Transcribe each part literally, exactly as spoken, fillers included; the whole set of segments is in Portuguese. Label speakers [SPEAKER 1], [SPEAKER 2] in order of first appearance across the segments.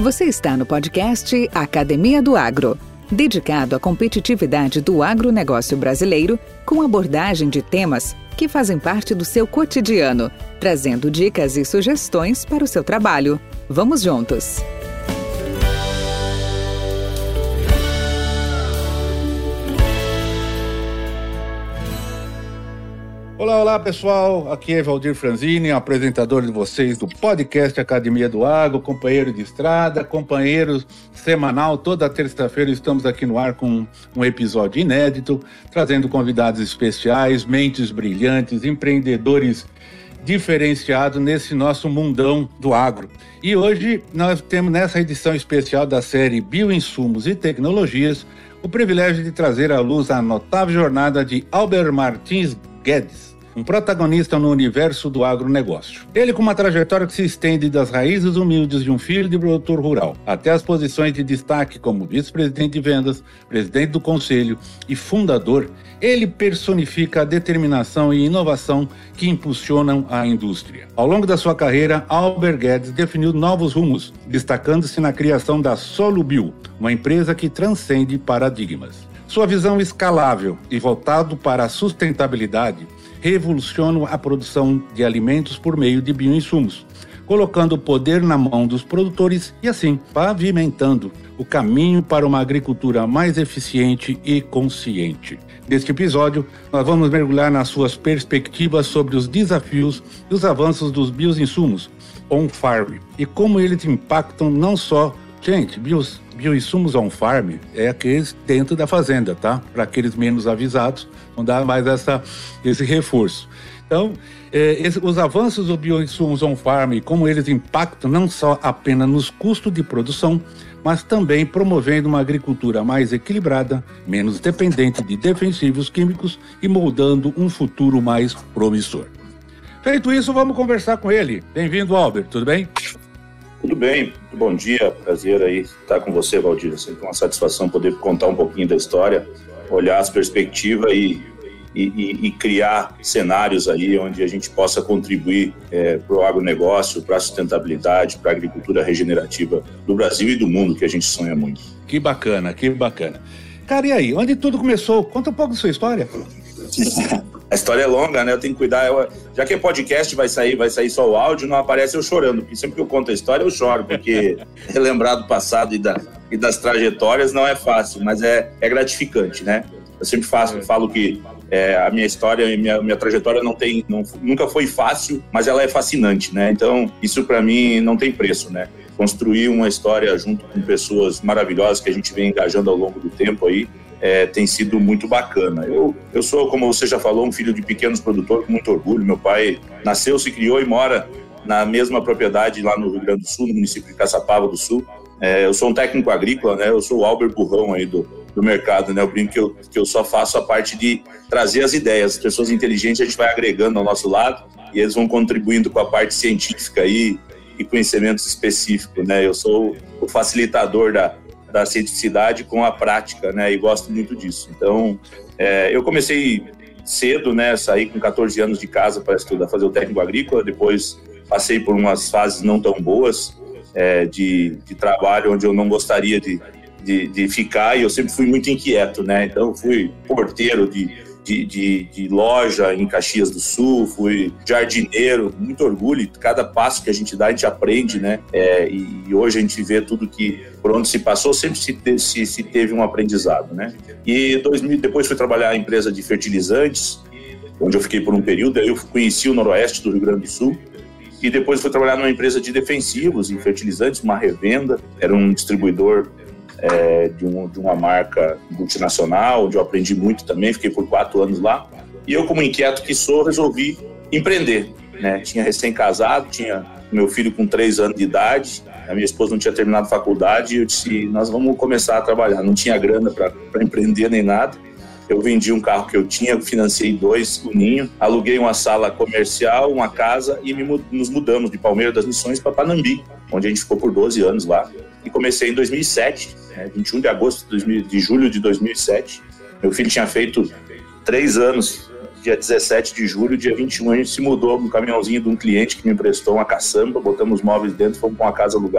[SPEAKER 1] Você está no podcast Academia do Agro, dedicado à competitividade do agronegócio brasileiro, com abordagem de temas que fazem parte do seu cotidiano, trazendo dicas e sugestões para o seu trabalho. Vamos juntos!
[SPEAKER 2] Olá, olá pessoal, aqui é Valdir Franzini, apresentador de vocês do podcast Academia do Agro, companheiro de estrada, companheiro semanal. Toda terça-feira estamos aqui no ar com um episódio inédito, trazendo convidados especiais, mentes brilhantes, empreendedores diferenciados nesse nosso mundão do agro. E hoje nós temos nessa edição especial da série Bioinsumos e Tecnologias o privilégio de trazer à luz a notável jornada de Albert Martins Guedes, um protagonista no universo do agronegócio. Ele com uma trajetória que se estende das raízes humildes de um filho de produtor rural até as posições de destaque como vice-presidente de vendas, presidente do conselho e fundador, ele personifica a determinação e inovação que impulsionam a indústria. Ao longo da sua carreira, Albert Guedes definiu novos rumos, destacando-se na criação da Solubio, uma empresa que transcende paradigmas. Sua visão escalável e voltado para a sustentabilidade revoluciona a produção de alimentos por meio de bioinsumos, colocando o poder na mão dos produtores e assim pavimentando o caminho para uma agricultura mais eficiente e consciente. Neste episódio, nós vamos mergulhar nas suas perspectivas sobre os desafios e os avanços dos bioinsumos on-farm e como eles impactam não só Gente, bios, bioinsumos on-farm é aqueles dentro da fazenda, tá? Para aqueles menos avisados, vão dar mais essa, esse reforço. Então, é, esse, os avanços dos bioinsumos on-farm e como eles impactam não só apenas nos custos de produção, mas também promovendo uma agricultura mais equilibrada, menos dependente de defensivos químicos e moldando um futuro mais promissor. Feito isso, vamos conversar com ele. Bem-vindo, Albert, tudo bem?
[SPEAKER 3] Tudo bem, muito bom dia, prazer aí estar com você, Valdir. É sempre uma satisfação poder contar um pouquinho da história, olhar as perspectivas e, e, e criar cenários aí onde a gente possa contribuir é, para o agronegócio, para a sustentabilidade, para a agricultura regenerativa do Brasil e do mundo, que a gente sonha muito.
[SPEAKER 2] Que bacana, que bacana. Cara, e aí, onde tudo começou? Conta um pouco da sua história.
[SPEAKER 3] A história é longa, né? Eu tenho que cuidar. Eu, já que é podcast, vai sair, vai sair só o áudio, não aparece eu chorando. Porque sempre que eu conto a história, eu choro. Porque relembrar do passado e, da, e das trajetórias não é fácil, mas é, é gratificante, né? Eu sempre faço, falo que é, a minha história e minha, minha trajetória não tem, não, nunca foi fácil, mas ela é fascinante, né? Então, isso para mim não tem preço, né? Construir uma história junto com pessoas maravilhosas que a gente vem engajando ao longo do tempo aí, É, tem sido muito bacana. Eu, eu sou, como você já falou, um filho de pequenos produtores com muito orgulho. Meu pai nasceu, se criou e mora na mesma propriedade lá no Rio Grande do Sul, no município de Caçapava do Sul. É, eu sou um técnico agrícola, né? Eu sou o Albert Burrão aí do, do mercado, né? Eu brinco que eu, que eu só faço a parte de trazer as ideias. As pessoas inteligentes a gente vai agregando ao nosso lado e eles vão contribuindo com a parte científica aí e conhecimentos específicos, né? Eu sou o facilitador da da cientificidade com a prática, né, e gosto muito disso. Então, é, eu comecei cedo, né, saí com catorze anos de casa para estudar, fazer o técnico agrícola, depois passei por umas fases não tão boas é, de, de trabalho onde eu não gostaria de, de, de ficar e eu sempre fui muito inquieto, né, então fui porteiro de De, de, de loja em Caxias do Sul, fui jardineiro, muito orgulho, cada passo que a gente dá a gente aprende, né, é, e, e hoje a gente vê tudo que, por onde se passou, sempre se, te, se, se teve um aprendizado, né, e dois mil, depois fui trabalhar em empresa de fertilizantes, onde eu fiquei por um período, aí eu conheci o noroeste do Rio Grande do Sul, e depois fui trabalhar numa empresa de defensivos e fertilizantes, uma revenda, era um distribuidor É, de, um, de uma marca multinacional, onde eu aprendi muito também, fiquei por quatro anos lá. E eu, como inquieto que sou, resolvi empreender, né? Tinha recém-casado, tinha meu filho com três anos de idade, a minha esposa não tinha terminado a faculdade, e eu disse, nós vamos começar a trabalhar. Não tinha grana para empreender nem nada. Eu vendi um carro que eu tinha, financei dois, o Ninho, aluguei uma sala comercial, uma casa e me, nos mudamos de Palmeiras das Missões para Panambi, onde a gente ficou por doze anos lá. E comecei em dois mil e sete, né, vinte e um de agosto de, dois mil, de julho de dois mil e sete. Meu filho tinha feito três anos, dia dezessete de julho, dia vinte e um, a gente se mudou no caminhãozinho de um cliente que me emprestou uma caçamba, botamos móveis dentro, fomos para uma casa alugada.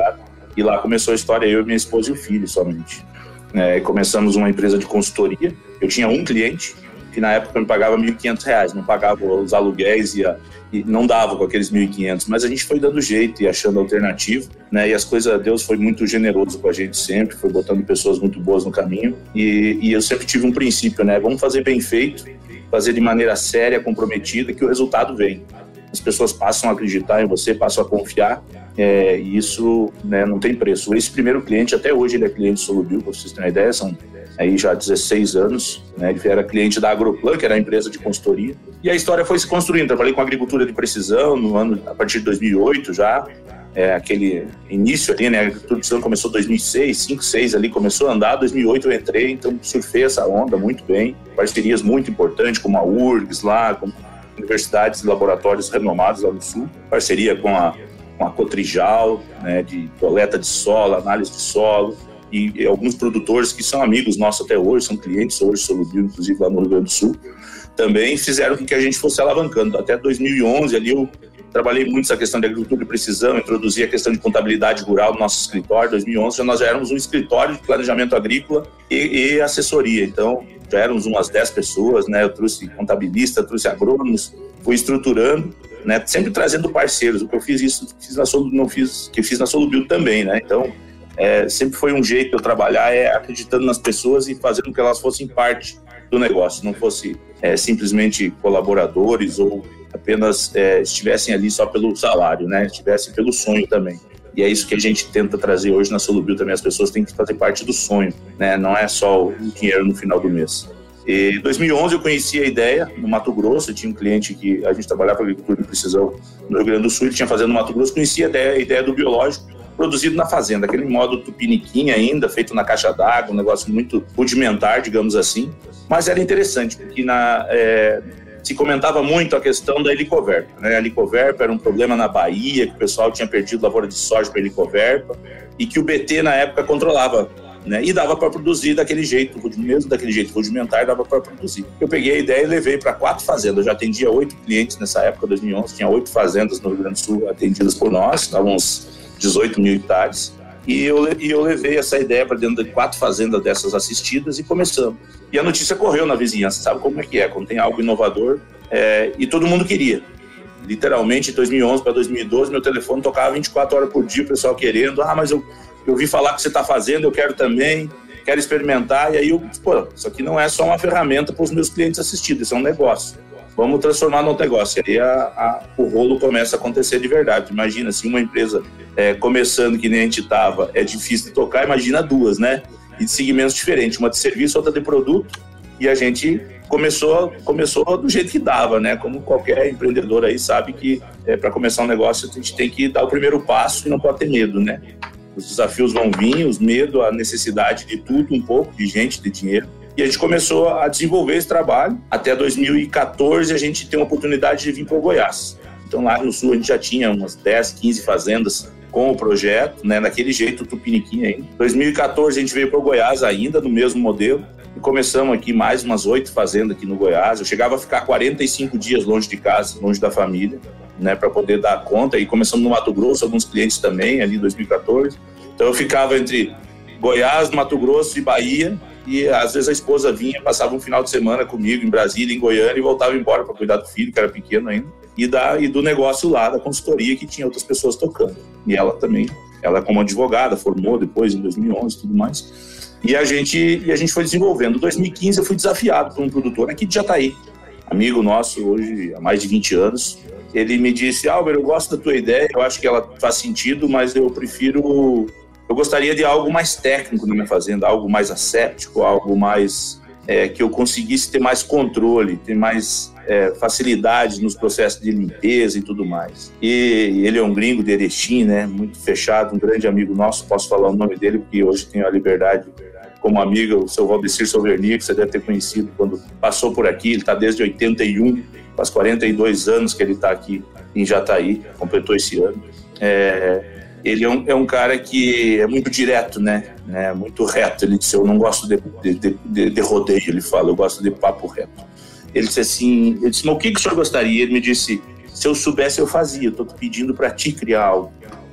[SPEAKER 3] E lá começou a história, eu, minha esposa e o filho somente. É, começamos uma empresa de consultoria. Eu tinha um cliente que na época me pagava mil e quinhentos reais, não pagava os aluguéis e, a, e não dava com aqueles mil e quinhentos, mas a gente foi dando jeito e achando alternativa, né? E as coisas, Deus foi muito generoso com a gente sempre, foi botando pessoas muito boas no caminho. E, e eu sempre tive um princípio, né? Vamos fazer bem feito, fazer de maneira séria, comprometida, que o resultado vem. As pessoas passam a acreditar em você, passam a confiar, é, e isso, né, não tem preço. Esse primeiro cliente, até hoje, ele é cliente Solubil, para vocês terem uma ideia, são aí já dezesseis anos, né, ele era cliente da Agroplan, que era a empresa de consultoria, e a história foi se construindo. Trabalhei com agricultura de precisão no ano, a partir de dois mil e oito já, é, aquele início ali, né, a agricultura de precisão começou em dois mil e seis, cinco, seis ali, começou a andar, dois mil e oito eu entrei, então surfei essa onda muito bem, parcerias muito importantes, como a U R G S lá, com universidades e laboratórios renomados lá no Sul, parceria com a, com a Cotrijal, né, de coleta de solo, análise de solo, e, e alguns produtores que são amigos nossos até hoje, são clientes hoje, Solubil, inclusive lá no Rio Grande do Sul, também fizeram com que a gente fosse alavancando. Até dois mil e onze ali eu trabalhei muito essa questão de agricultura de precisão, introduzi a questão de contabilidade rural no nosso escritório. Em dois mil e onze já nós já éramos um escritório de planejamento agrícola e, e assessoria, então já éramos umas dez pessoas, né? Eu trouxe contabilista, trouxe agrônomos, fui estruturando, né? Sempre trazendo parceiros. O que eu fiz isso, fiz na Solubil, não fiz, que fiz na Solubil também, né? Então, é, sempre foi um jeito de eu trabalhar, é acreditando nas pessoas e fazendo com que elas fossem parte do negócio, não fosse é, simplesmente colaboradores ou apenas é, estivessem ali só pelo salário, né? Estivessem pelo sonho também. E é isso que a gente tenta trazer hoje na Solubil também. As pessoas têm que fazer parte do sonho, né? Não é só o dinheiro no final do mês. Em dois mil e onze eu conheci a ideia no Mato Grosso. Eu tinha um cliente que a gente trabalhava com agricultura de precisão no Rio Grande do Sul. Ele tinha fazendo no Mato Grosso. Conhecia a ideia, a ideia do biológico produzido na fazenda, aquele modo tupiniquim ainda, feito na caixa d'água, um negócio muito rudimentar, digamos assim. Mas era interessante, porque na... É, se comentava muito a questão da helicoverpa, né? A helicoverpa era um problema na Bahia, que o pessoal tinha perdido lavoura de soja para helicoverpa e que o B T na época controlava, né? E dava para produzir daquele jeito, mesmo daquele jeito rudimentar, dava para produzir. Eu peguei a ideia e levei para quatro fazendas. Eu já atendia oito clientes nessa época, dois mil e onze, tinha oito fazendas no Rio Grande do Sul atendidas por nós, estavam uns dezoito mil hectares. E eu, e eu levei essa ideia para dentro de quatro fazendas dessas assistidas e começamos. E a notícia correu na vizinhança, sabe como é que é? Quando tem algo inovador, é, e todo mundo queria. Literalmente, de dois mil e onze para dois mil e doze, meu telefone tocava vinte e quatro horas por dia, o pessoal querendo. Ah, mas eu, eu ouvi falar que você está fazendo, eu quero também, quero experimentar. E aí eu disse, pô, isso aqui não é só uma ferramenta para os meus clientes assistidos, isso é um negócio. Vamos transformar num negócio. E aí a, a, o rolo começa a acontecer de verdade. Imagina, se uma empresa é, começando que nem a gente estava, é difícil de tocar, imagina duas, né? E de segmentos diferentes, uma de serviço, outra de produto. E a gente começou, começou do jeito que dava, né? Como qualquer empreendedor aí sabe que é, para começar um negócio a gente tem que dar o primeiro passo e não pode ter medo, né? Os desafios vão vir, os medos, a necessidade de tudo, um pouco, de gente, de dinheiro. E a gente começou a desenvolver esse trabalho. Até dois mil e quatorze a gente tem uma oportunidade de vir para o Goiás. Então lá no Sul a gente já tinha umas dez, quinze fazendas com o projeto, né, daquele jeito tupiniquim ainda. Em dois mil e quatorze a gente veio para o Goiás ainda, no mesmo modelo. E começamos aqui mais umas oito fazendas aqui no Goiás. Eu chegava a ficar quarenta e cinco dias longe de casa, longe da família, né, para poder dar conta. E começamos no Mato Grosso, alguns clientes também, ali em dois mil e quatorze. Então eu ficava entre Goiás, Mato Grosso e Bahia. E às vezes a esposa vinha, passava um final de semana comigo em Brasília, em Goiânia, e voltava embora para cuidar do filho, que era pequeno ainda, e, da, e do negócio lá, da consultoria, que tinha outras pessoas tocando. E ela também, ela como advogada, formou depois, em dois mil e onze e tudo mais. E a gente, e a gente foi desenvolvendo. Em dois mil e quinze eu fui desafiado por um produtor aqui de Jataí, amigo nosso hoje há mais de vinte anos. Ele me disse, Álvaro, eu gosto da tua ideia, eu acho que ela faz sentido, mas eu prefiro... Eu gostaria de algo mais técnico na minha fazenda, algo mais asséptico, algo mais é, que eu conseguisse ter mais controle, ter mais é, facilidade nos processos de limpeza e tudo mais. E ele é um gringo de Erechim, né, muito fechado, um grande amigo nosso, posso falar o nome dele, porque hoje tenho a liberdade como amigo, o seu Valdecir Sovernier, que você deve ter conhecido quando passou por aqui. Ele está desde oitenta e um, faz quarenta e dois anos que ele está aqui em Jataí, completou esse ano. É... Ele é um, é um cara que é muito direto, né? né? Muito reto. Ele disse, eu não gosto de, de, de, de rodeio, ele fala, eu gosto de papo reto. Ele disse assim, ele disse, mas o que, que o senhor gostaria? Ele me disse, se eu soubesse eu fazia, eu estou te pedindo para ti criar algo.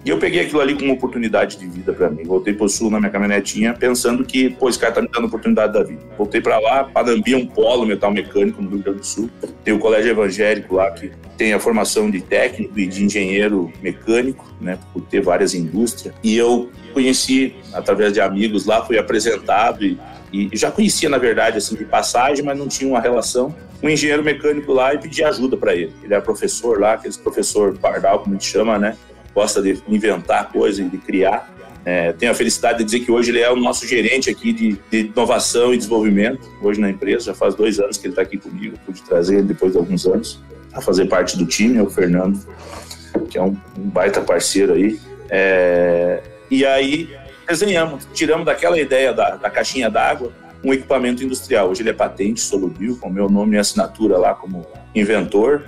[SPEAKER 3] E eu peguei aquilo ali como uma oportunidade de vida para mim. Voltei pro Sul na minha caminhonetinha, pensando que, pô, esse cara tá me dando oportunidade da vida. Voltei para lá, Panambi é um polo metal mecânico no Rio Grande do Sul. Tem o Colégio Evangélico lá, que tem a formação de técnico e de engenheiro mecânico, né, por ter várias indústrias. E eu conheci, através de amigos lá, fui apresentado e, e já conhecia, na verdade, assim, de passagem, mas não tinha uma relação. Um engenheiro mecânico lá e pedi ajuda para ele. Ele é professor lá, aquele professor pardal, como a gente chama, né? Gosta de inventar coisas e de criar. É, tenho a felicidade de dizer que hoje ele é o nosso gerente aqui de, de inovação e desenvolvimento, hoje na empresa. Já faz dois anos que ele está aqui comigo, pude trazer ele depois de alguns anos a fazer parte do time, é o Fernando, que é um, um baita parceiro aí. É, e aí desenhamos, tiramos daquela ideia da, da caixinha d'água um equipamento industrial. Hoje ele é patente Solubil, com o meu nome e assinatura lá como inventor.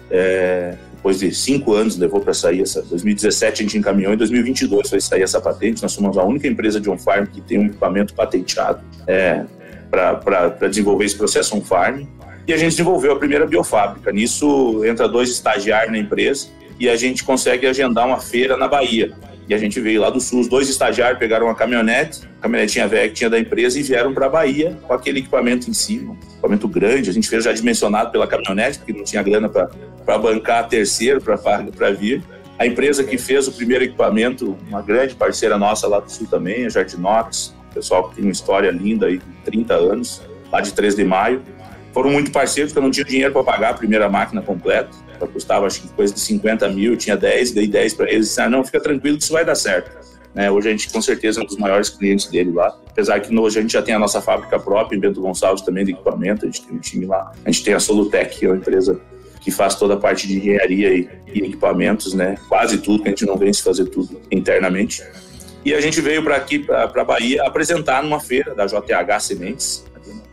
[SPEAKER 3] É, depois de cinco anos levou para sair essa. Em dois mil e dezessete a gente encaminhou, em dois mil e vinte e dois foi sair essa patente. Nós somos a única empresa de on-farm que tem um equipamento patenteado é, para desenvolver esse processo on-farm. E a gente desenvolveu a primeira biofábrica. Nisso entra dois estagiários na empresa e a gente consegue agendar uma feira na Bahia. E a gente veio lá do Sul, os dois estagiários pegaram uma caminhonete, caminhonetinha velha que tinha da empresa, e vieram para a Bahia com aquele equipamento em cima, um equipamento grande. A gente fez já dimensionado pela caminhonete, porque não tinha grana para bancar a terceira, para vir. A empresa que fez o primeiro equipamento, uma grande parceira nossa lá do Sul também, a Jardinox, pessoal que tem uma história linda aí, de trinta anos, lá de três de maio. Foram muito parceiros, porque eu não tinha dinheiro para pagar a primeira máquina completa. Ela custava, acho que coisa de cinquenta mil, eu tinha dez, dei dez para eles. Disseram, ah, não, fica tranquilo que isso vai dar certo. Né? Hoje a gente, com certeza, é um dos maiores clientes dele lá. Apesar que hoje a gente já tem a nossa fábrica própria, em Bento Gonçalves também, de equipamento. A gente tem um time lá. A gente tem a Solutec, que é uma empresa que faz toda a parte de engenharia e, e equipamentos, né? Quase tudo, que a gente não vence fazer tudo internamente. E a gente veio para aqui, para a Bahia, apresentar numa feira da J H Sementes,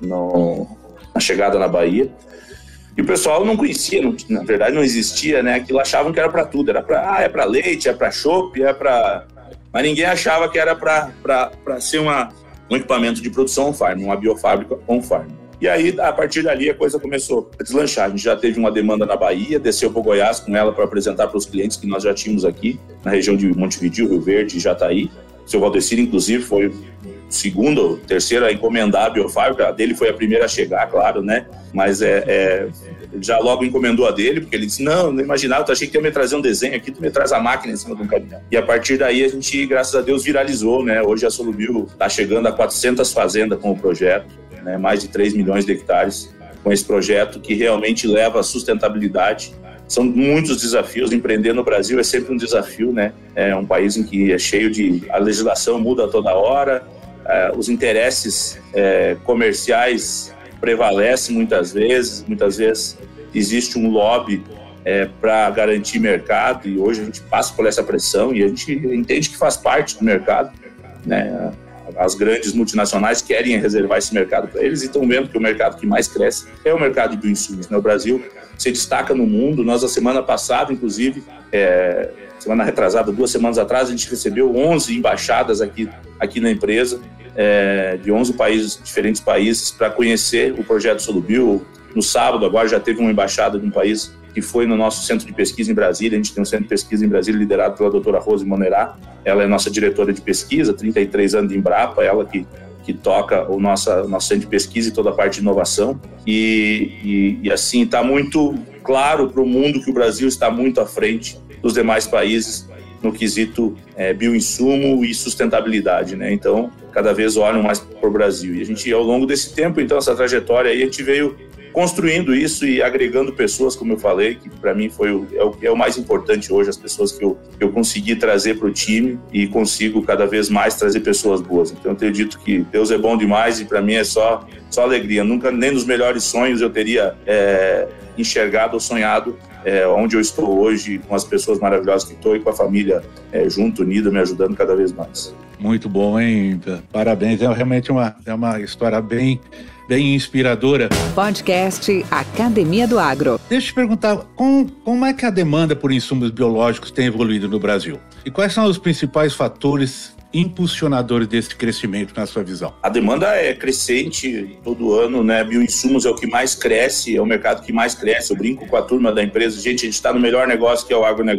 [SPEAKER 3] no, na chegada na Bahia. E o pessoal não conhecia, não, na verdade não existia, né? Aquilo achavam que era para tudo, era para ah, é para leite, é para chopp, é para... Mas ninguém achava que era para ser uma, um equipamento de produção on-farm, uma biofábrica on-farm. E aí, a partir dali, a coisa começou a deslanchar. A gente já teve uma demanda na Bahia, desceu para o Goiás com ela para apresentar para os clientes que nós já tínhamos aqui, na região de Montevidéu, Rio Verde e Jataí. O seu Valdecir, inclusive, foi o segundo ou terceiro a encomendar a biofábrica. A dele foi a primeira a chegar, claro, né? Mas é, é, já logo encomendou a dele, porque ele disse, não, não imaginava, tu achei que ia me trazer um desenho aqui, tu me traz a máquina em cima de um caminhão. E a partir daí a gente, graças a Deus, viralizou, né? Hoje a Solubil está chegando a quatrocentas fazendas com o projeto, né? Mais de três milhões de hectares com esse projeto que realmente leva a sustentabilidade. São muitos desafios, empreender no Brasil é sempre um desafio, né? É um país em que é cheio de... a legislação muda toda hora, é, os interesses é, comerciais prevalecem muitas vezes, muitas vezes existe um lobby é, para garantir mercado e hoje a gente passa por essa pressão e a gente entende que faz parte do mercado, né? As grandes multinacionais querem reservar esse mercado para eles e estão vendo que o mercado que mais cresce é o mercado de bioinsumos, né? O Brasil se destaca no mundo. Nós, a semana passada, inclusive, é, semana retrasada, duas semanas atrás, a gente recebeu onze embaixadas aqui, aqui na empresa, é, de onze países, diferentes países, para conhecer o projeto Solubil. No sábado, agora, já teve uma embaixada de um país que foi no nosso centro de pesquisa em Brasília. A gente tem um centro de pesquisa em Brasília liderado pela doutora Rose Monerá. Ela é nossa diretora de pesquisa, trinta e três anos de Embrapa, ela que, que toca o nosso, o nosso centro de pesquisa e toda a parte de inovação. E, e, e assim, está muito claro para o mundo que o Brasil está muito à frente dos demais países no quesito é, bioinsumo e sustentabilidade, né? Então, cada vez olham mais para o Brasil. E a gente, ao longo desse tempo, então, essa trajetória aí, a gente veio construindo isso e agregando pessoas, como eu falei, que para mim foi o, é, o, é o mais importante hoje, as pessoas que eu, eu consegui trazer para o time e consigo cada vez mais trazer pessoas boas. Então eu tenho dito que Deus é bom demais e para mim é só, só alegria. Nunca, nem nos melhores sonhos eu teria é, enxergado ou sonhado é, onde eu estou hoje, com as pessoas maravilhosas que estou e com a família é, junto, unida, me ajudando cada vez mais.
[SPEAKER 2] Muito bom, hein? Parabéns, é realmente uma, é uma história bem... bem inspiradora.
[SPEAKER 1] Podcast Academia do Agro.
[SPEAKER 2] Deixa eu te perguntar, como, como é que a demanda por insumos biológicos tem evoluído no Brasil? E quais são os principais fatores impulsionadores desse crescimento, na sua visão?
[SPEAKER 3] A demanda é crescente todo ano, né? Bioinsumos é o que mais cresce, é o mercado que mais cresce. Eu brinco com a turma da empresa, gente, a gente está no melhor negócio que é o agronegócio.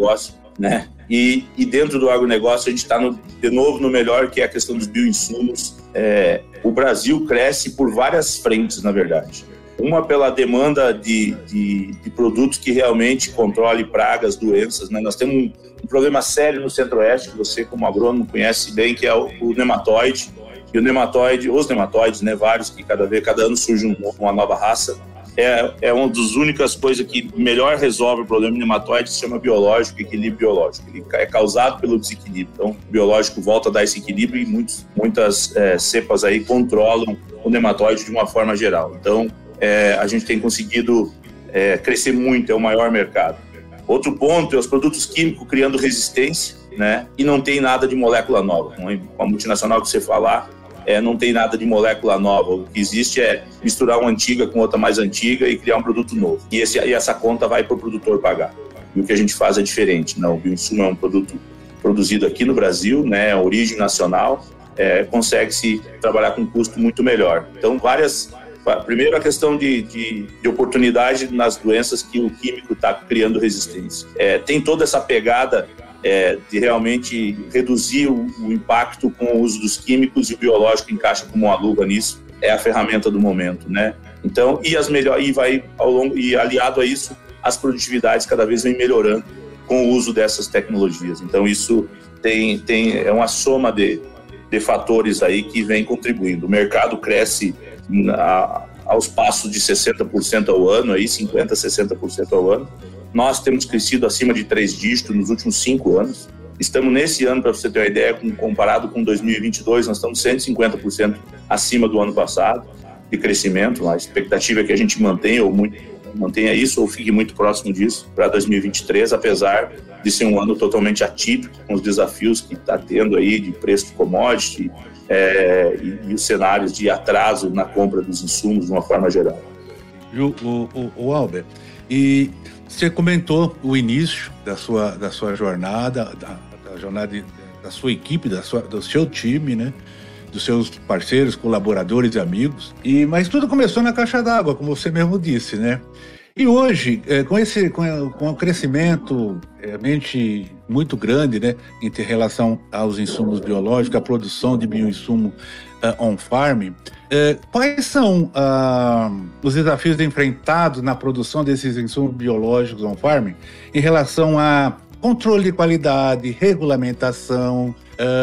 [SPEAKER 3] né? E, e dentro do agronegócio a gente está de novo no melhor, que é a questão dos bioinsumos. É, o Brasil cresce por várias frentes, na verdade. Uma pela demanda de, de, de produtos que realmente controlem pragas, doenças, né? Nós temos um, um problema sério no Centro-Oeste, que você como agrônomo conhece bem, que é o, o nematóide. E o nematóide, os nematóides, né, vários, que cada vez, cada ano surge um, uma nova raça. É, é uma das únicas coisas que melhor resolve o problema do nematóide, se chama biológico, equilíbrio biológico. Ele é causado pelo desequilíbrio. Então, o biológico volta a dar esse equilíbrio e muitos, muitas é, cepas aí controlam o nematóide de uma forma geral. Então, é, a gente tem conseguido é, crescer muito, é o maior mercado. Outro ponto é os produtos químicos criando resistência, né? E não tem nada de molécula nova. Com a multinacional que você falar, É, não tem nada de molécula nova. O que existe é misturar uma antiga com outra mais antiga e criar um produto novo. E, esse, e essa conta vai para o produtor pagar. E o que a gente faz é diferente. Não, o bioinsumo é um produto produzido aqui no Brasil, né, origem nacional, é, consegue-se trabalhar com um custo muito melhor. Então, várias... Primeiro, a questão de, de, de oportunidade nas doenças que o químico está criando resistência. É, tem toda essa pegada É, de realmente reduzir o, o impacto com o uso dos químicos, e o biológico encaixa como uma luva nisso, é a ferramenta do momento, né? Então, e as melhor, e vai ao longo, e aliado a isso, as produtividades cada vez vem melhorando com o uso dessas tecnologias. Então, isso tem, tem é uma soma de, de fatores aí que vem contribuindo. O mercado cresce a, aos passos de sessenta por cento ao ano, aí cinquenta por cento, sessenta por cento ao ano. Nós temos crescido acima de três dígitos nos últimos cinco anos. Estamos nesse ano, para você ter uma ideia, comparado com dois mil e vinte e dois, nós estamos cento e cinquenta por cento acima do ano passado de crescimento. A expectativa é que a gente mantenha, ou muito, mantenha isso ou fique muito próximo disso para dois mil e vinte e três, apesar de ser um ano totalmente atípico, com os desafios que está tendo aí de preço de commodity é, e, e os cenários de atraso na compra dos insumos de uma forma geral.
[SPEAKER 2] O, o, o Albert, e você comentou o início da sua, da sua jornada, da, da jornada de, da sua equipe, da sua, do seu time, né? Dos seus parceiros, colaboradores e amigos. E, mas tudo começou na caixa d'água, como você mesmo disse, né? E hoje, é, com, esse, com, com o crescimento realmente muito grande, né, em relação aos insumos biológicos, a produção de bioinsumo uh, on-farm, uh, quais são uh, os desafios enfrentados na produção desses insumos biológicos on-farm em relação a controle de qualidade, regulamentação,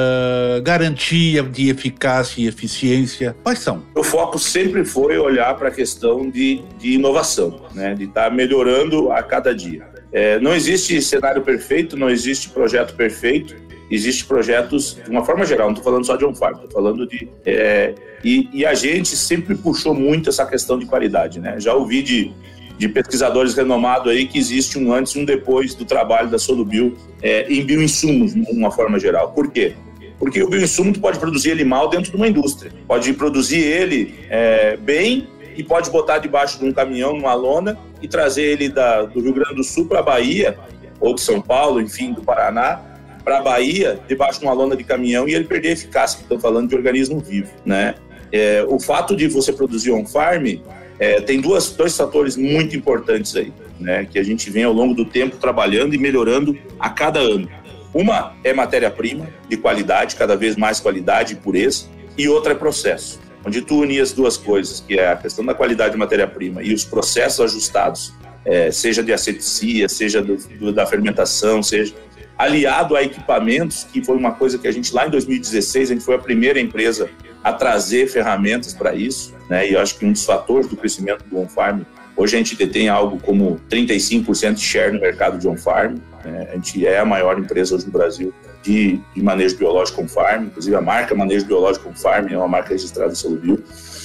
[SPEAKER 2] Uh, garantia de eficácia e eficiência? Quais são?
[SPEAKER 3] O foco sempre foi olhar para a questão de, de inovação, né? De estar tá melhorando a cada dia. É, não existe cenário perfeito, não existe projeto perfeito, existem projetos de uma forma geral, não estou falando só de on-farm, estou falando de... É, e, e a gente sempre puxou muito essa questão de qualidade, né? Já ouvi de... de pesquisadores renomados aí que existe um antes e um depois do trabalho da Solubio é, em bioinsumos, de uma forma geral. Por quê? Porque o bioinsumo tu pode produzir ele mal dentro de uma indústria. Pode produzir ele é, bem e pode botar debaixo de um caminhão, numa lona, e trazer ele da, do Rio Grande do Sul para a Bahia, ou de São Paulo, enfim, do Paraná, para a Bahia, debaixo de uma lona de caminhão, e ele perder a eficácia, que estão falando de organismo vivo, né? É, o fato de você produzir on-farm É, tem duas, dois fatores muito importantes aí, né, que a gente vem ao longo do tempo trabalhando e melhorando a cada ano. Uma é matéria-prima de qualidade, cada vez mais qualidade e pureza, e outra é processo, onde tu une as duas coisas, que é a questão da qualidade de matéria-prima e os processos ajustados, é, seja de asepsia, seja do, do, da fermentação, seja aliado a equipamentos, que foi uma coisa que a gente lá em dois mil e dezesseis, a gente foi a primeira empresa a trazer ferramentas para isso, né? E eu acho que um dos fatores do crescimento do on-farm, hoje a gente detém algo como trinta e cinco por cento de share no mercado de on-farm, né? A gente é a maior empresa hoje no Brasil de, de manejo biológico on-farm, inclusive a marca Manejo Biológico on-farm é uma marca registrada em Solubio.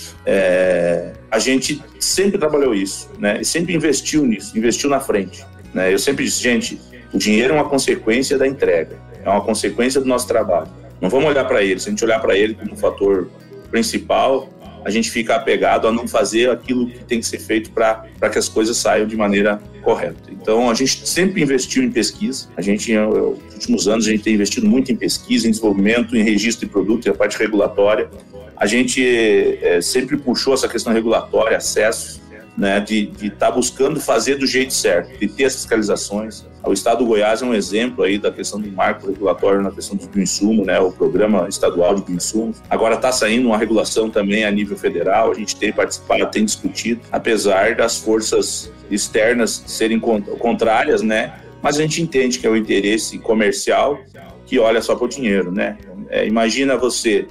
[SPEAKER 3] É, a gente sempre trabalhou isso, né? E sempre investiu nisso, investiu na frente, né? Eu sempre disse, gente, o dinheiro é uma consequência da entrega, é uma consequência do nosso trabalho. Não vamos olhar para ele. Se a gente olhar para ele como um fator principal, a gente fica apegado a não fazer aquilo que tem que ser feito para que as coisas saiam de maneira correta. Então, a gente sempre investiu em pesquisa. A gente, nos últimos anos, a gente tem investido muito em pesquisa, em desenvolvimento, em registro de produto e a parte regulatória. A gente é, sempre puxou essa questão regulatória, acesso, né, de estar tá buscando fazer do jeito certo, de ter as fiscalizações. O Estado do Goiás é um exemplo aí da questão do marco regulatório na questão do bioinsumo, né, o Programa Estadual de Bioinsumos. Agora está saindo uma regulação também a nível federal, a gente tem participado, tem discutido, apesar das forças externas serem contrárias, né, mas a gente entende que é o interesse comercial que olha só para o dinheiro, né. É, imagina você...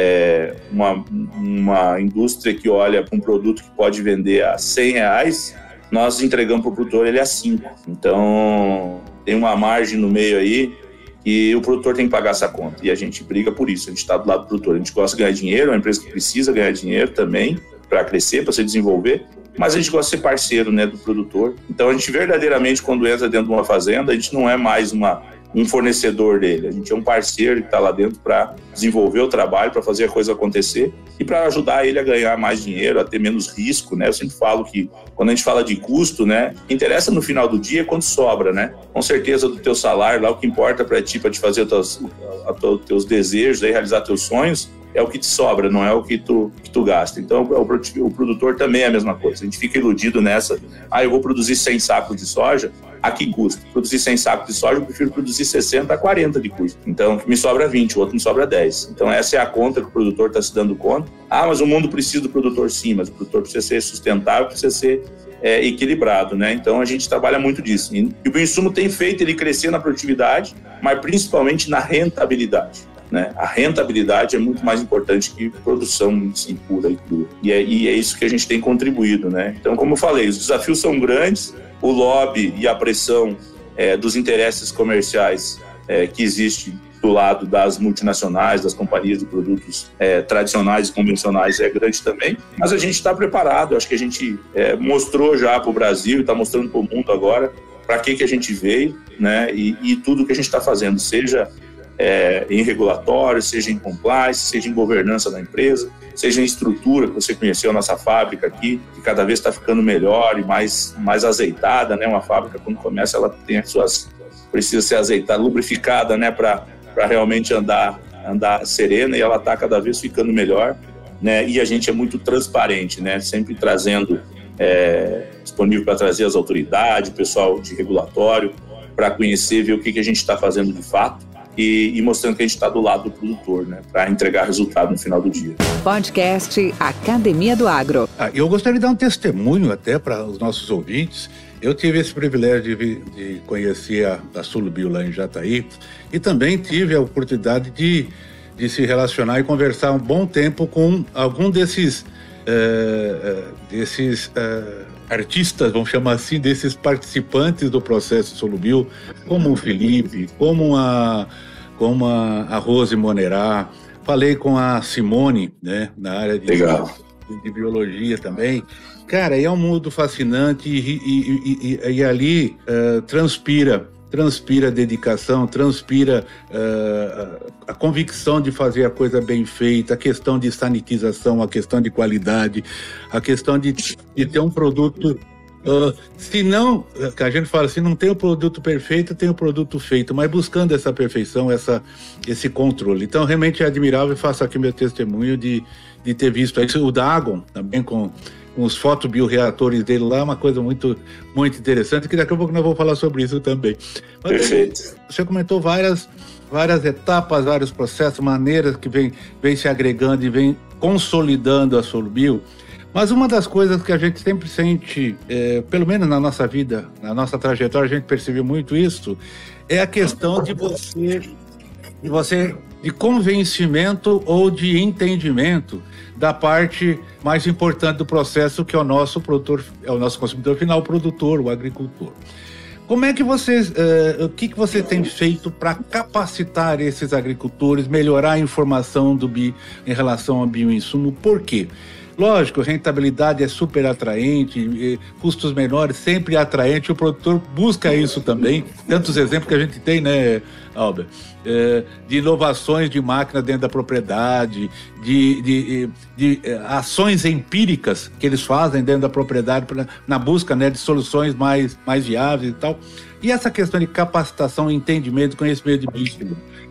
[SPEAKER 3] É uma, uma indústria que olha para um produto que pode vender a cem reais, nós entregamos para o produtor ele a cinco. Então, tem uma margem no meio aí que o produtor tem que pagar essa conta. E a gente briga por isso, a gente está do lado do produtor. A gente gosta de ganhar dinheiro, é uma empresa que precisa ganhar dinheiro também para crescer, para se desenvolver, mas a gente gosta de ser parceiro, né, do produtor. Então, a gente verdadeiramente, quando entra dentro de uma fazenda, a gente não é mais uma... um fornecedor dele, a gente é um parceiro que está lá dentro para desenvolver o trabalho, para fazer a coisa acontecer e para ajudar ele a ganhar mais dinheiro, a ter menos risco, né? Eu sempre falo que quando a gente fala de custo, né, o que interessa no final do dia é quanto sobra, né? Com certeza do teu salário, lá o que importa para ti, para te fazer os teus, teus desejos, aí, realizar teus sonhos, é o que te sobra, não é o que tu, que tu gasta. Então, o, o produtor também é a mesma coisa. A gente fica iludido nessa, ah, eu vou produzir cem sacos de soja, a que custa? Produzir cem sacos de soja, eu prefiro produzir sessenta a quarenta de custo. Então, me sobra vinte, o outro me sobra dez. Então, essa é a conta que o produtor está se dando conta. Ah, mas o mundo precisa do produtor, sim, mas o produtor precisa ser sustentável, precisa ser é, equilibrado, né? Então, a gente trabalha muito disso. E o bioinsumo tem feito ele crescer na produtividade, mas principalmente na rentabilidade. Né? A rentabilidade é muito mais importante que produção assim, pura e crua. E é, e é isso que a gente tem contribuído, né? Então, como eu falei, os desafios são grandes, o lobby e a pressão é, dos interesses comerciais é, que existe do lado das multinacionais, das companhias de produtos é, tradicionais e convencionais é grande também, mas a gente está preparado, acho que a gente é, mostrou já para o Brasil e está mostrando para o mundo agora para que, que a gente veio, né? E, e tudo que a gente está fazendo, seja É, em regulatório, seja em compliance, seja em governança da empresa, seja em estrutura, que você conheceu a nossa fábrica aqui, que cada vez está ficando melhor e mais, mais azeitada, né? Uma fábrica, quando começa, ela tem as suas... precisa ser azeitada, lubrificada, né? Para realmente andar, andar serena, e ela está cada vez ficando melhor, né? E a gente é muito transparente, né? Sempre trazendo, é, disponível para trazer as autoridades, o pessoal de regulatório, para conhecer, ver o que, que a gente está fazendo de fato, E, e mostrando que a gente está do lado do produtor, né, para entregar resultado no final do dia.
[SPEAKER 1] Podcast Academia do Agro.
[SPEAKER 2] Ah, eu gostaria de dar um testemunho até para os nossos ouvintes. Eu tive esse privilégio de, de conhecer a, a Sulbio lá em Jataí e também tive a oportunidade de, de se relacionar e conversar um bom tempo com algum desses, é, desses é, artistas, vamos chamar assim, desses participantes do processo Solubio, como o Felipe, como a, como a, a Rose Monerá. Falei com a Simone, né, na área de, de, de biologia também. Cara, é um mundo fascinante e, e, e, e ali uh, transpira, transpira dedicação, transpira uh, a convicção de fazer a coisa bem feita, a questão de sanitização, a questão de qualidade, a questão de, de ter um produto... Uh, se não, que a gente fala, se não tem o produto perfeito, tem o produto feito, mas buscando essa perfeição, essa, esse controle. Então, realmente é admirável, e faço aqui meu testemunho de, de ter visto isso. O Dagon, também com... com os fotobioreatores dele lá, uma coisa muito, muito interessante, que daqui a pouco nós vamos falar sobre isso também. Mas,
[SPEAKER 3] perfeito.
[SPEAKER 2] Você comentou várias, várias etapas, vários processos, maneiras que vem, vem se agregando e vem consolidando a Solubio, mas uma das coisas que a gente sempre sente, é, pelo menos na nossa vida, na nossa trajetória, a gente percebeu muito isso, é a questão de você... De você de convencimento ou de entendimento da parte mais importante do processo, que é o nosso produtor, é o nosso consumidor final, o produtor, o agricultor. Como é que vocês, uh, o que, que você tem feito para capacitar esses agricultores, melhorar a informação do bi, em relação ao bioinsumo? Por quê? Lógico, rentabilidade é super atraente, custos menores sempre é atraente, o produtor busca isso também. Tantos exemplos que a gente tem, né, Albert? É, de inovações de máquina dentro da propriedade, de, de, de, de ações empíricas que eles fazem dentro da propriedade pra, na busca, né, de soluções mais, mais viáveis e tal. E essa questão de capacitação, entendimento, conhecimento de bicho,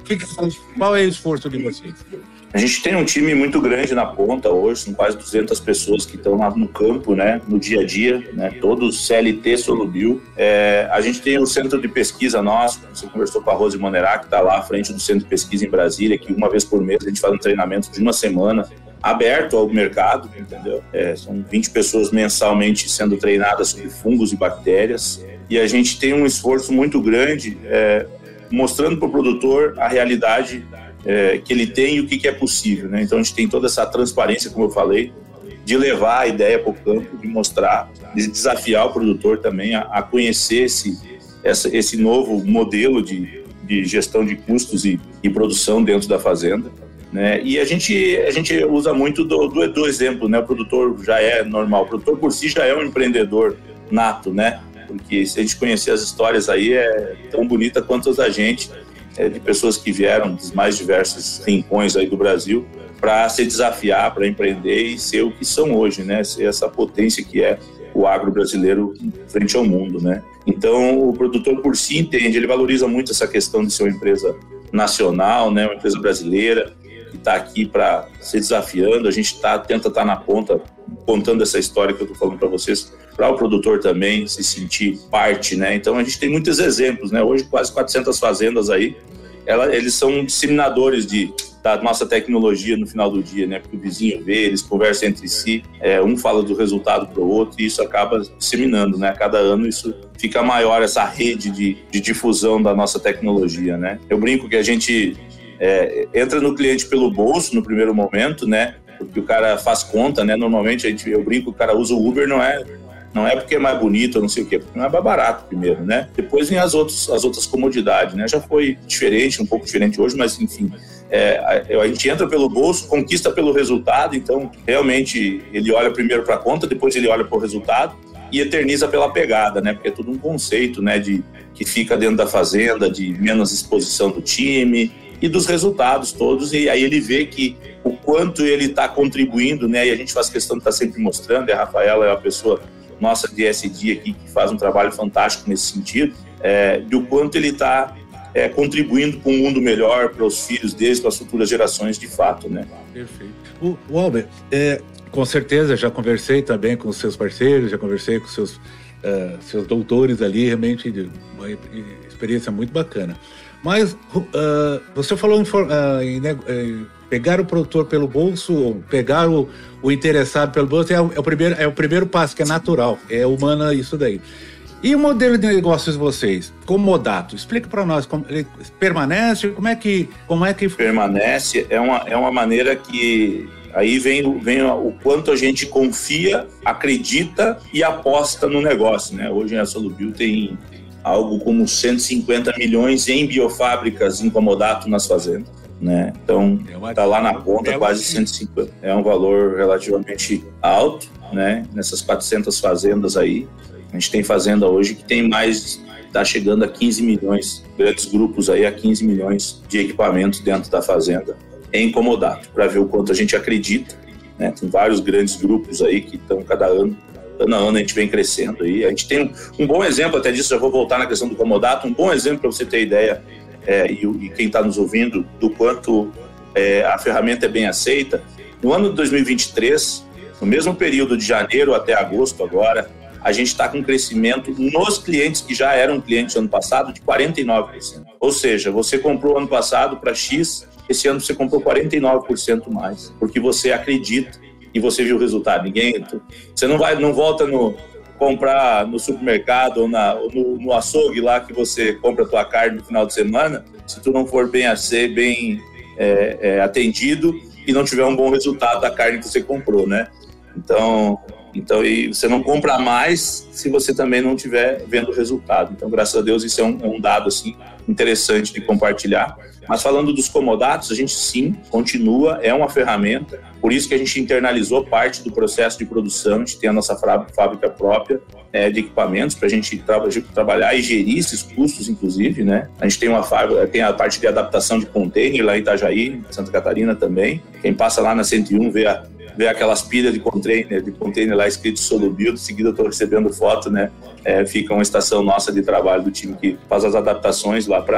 [SPEAKER 2] que, qual é o esforço de vocês?
[SPEAKER 3] A gente tem um time muito grande na ponta hoje, são quase duzentas pessoas que estão lá no campo, né, no dia a dia, né, todos C L T Solubil. É, a gente tem o centro de pesquisa nosso, você conversou com a Rose Monerá, que está lá à frente do centro de pesquisa em Brasília, que uma vez por mês a gente faz um treinamento de uma semana, aberto ao mercado, entendeu? É, são vinte pessoas mensalmente sendo treinadas sobre fungos e bactérias, e a gente tem um esforço muito grande é, mostrando para o produtor a realidade É, que ele tem e o que, que é possível, né? Então a gente tem toda essa transparência, como eu falei, de levar a ideia para o campo, de mostrar, de desafiar o produtor também a, a conhecer esse, essa, esse novo modelo de, de gestão de custos e, e produção dentro da fazenda, né? E a gente, a gente usa muito do, do, do exemplo, né? O produtor já é normal, o produtor por si já é um empreendedor nato, né? Porque se a gente conhecer as histórias aí, é tão bonita quanto as da gente, de pessoas que vieram dos mais diversos rincões aí do Brasil para se desafiar, para empreender e ser o que são hoje, né? Ser essa potência que é o agro brasileiro frente ao mundo, né? Então, o produtor por si entende, ele valoriza muito essa questão de ser uma empresa nacional, né? Uma empresa brasileira que está aqui para se desafiando. A gente tá, tenta estar tá na ponta, contando essa história que eu estou falando para vocês, para o produtor também se sentir parte, né? Então, a gente tem muitos exemplos, né? Hoje, quase quatrocentas fazendas aí, ela, eles são disseminadores de, da nossa tecnologia no final do dia, né? Porque o vizinho vê, eles conversam entre si, é, um fala do resultado para o outro e isso acaba disseminando, né? A cada ano isso fica maior, essa rede de, de difusão da nossa tecnologia, né? Eu brinco que a gente é, entra no cliente pelo bolso no primeiro momento, né? Porque o cara faz conta, né? Normalmente a gente, eu brinco, o cara usa o Uber, não é... Não é porque é mais bonito ou não sei o quê, porque não é mais barato primeiro, né? Depois vem as, outros, as outras comodidades, né? Já foi diferente, um pouco diferente hoje, mas enfim, é, a, a gente entra pelo bolso, conquista pelo resultado, então realmente ele olha primeiro para a conta, depois ele olha para o resultado e eterniza pela pegada, né? Porque é tudo um conceito, né? De, que fica dentro da fazenda, de menos exposição do time e dos resultados todos, e aí ele vê que o quanto ele está contribuindo, né? E a gente faz questão de estar tá sempre mostrando, e a Rafaela é uma pessoa nossa de S D aqui, que faz um trabalho fantástico nesse sentido, é, do quanto ele está é, contribuindo para um mundo melhor, para os filhos deles, para as futuras gerações, de fato, né?
[SPEAKER 2] Perfeito. O, o Albert, é, com certeza, já conversei também com os seus parceiros, já conversei com os seus, uh, seus doutores ali, realmente uma experiência muito bacana. Mas uh, você falou em, uh, em, em pegar o produtor pelo bolso, ou pegar o, o interessado pelo bolso, é o, é, o primeiro, é o primeiro passo, que é natural, é humana isso daí. E o modelo de negócios de vocês, Comodato, explica para nós, como, ele permanece, como é que... Como é que...
[SPEAKER 3] Permanece, é uma, é uma maneira que... Aí vem, vem o quanto a gente confia, acredita e aposta no negócio, né? Hoje a Solubil tem algo como cento e cinquenta milhões em biofábricas em Comodato nas fazendas, né? Então, está lá na conta, quase cento e cinquenta. É um valor relativamente alto, né? Nessas quatrocentas fazendas aí. A gente tem fazenda hoje que tem mais, está chegando a quinze milhões, grandes grupos aí a quinze milhões de equipamentos dentro da fazenda em Comodato, para ver o quanto a gente acredita, né? Tem vários grandes grupos aí que estão cada ano, ano a ano a gente vem crescendo aí. A gente tem um, um bom exemplo até disso, já vou voltar na questão do Comodato, um bom exemplo para você ter ideia, é, e, e quem está nos ouvindo, do quanto é, a ferramenta é bem aceita. No ano de dois mil e vinte e três, no mesmo período de janeiro até agosto agora, a gente está com um crescimento nos clientes que já eram clientes ano passado de quarenta e nove por cento. Ou seja, você comprou ano passado para X, esse ano você comprou quarenta e nove por cento mais, porque você acredita e você viu o resultado. Ninguém, você não vai, não volta no comprar no supermercado ou, na, ou no, no açougue lá que você compra a tua carne no final de semana, se tu não for bem a ser, bem é, é, atendido e não tiver um bom resultado da carne que você comprou, né? Então, então e você não compra mais se você também não estiver vendo o resultado. Então, graças a Deus, isso é um, é um dado assim, interessante de compartilhar. Mas falando dos comodatos, a gente sim, continua, é uma ferramenta, por isso que a gente internalizou parte do processo de produção, a gente tem a nossa fábrica própria é, de equipamentos para a gente tra- trabalhar e gerir esses custos, inclusive, né? A gente tem, uma fábrica, tem a parte de adaptação de container lá em Itajaí, Santa Catarina também. Quem passa lá na cento e um vê, a, vê aquelas pilhas de container, de container lá escrito Solubil, de seguida eu estou recebendo foto, né? É, fica uma estação nossa de trabalho do time que faz as adaptações lá para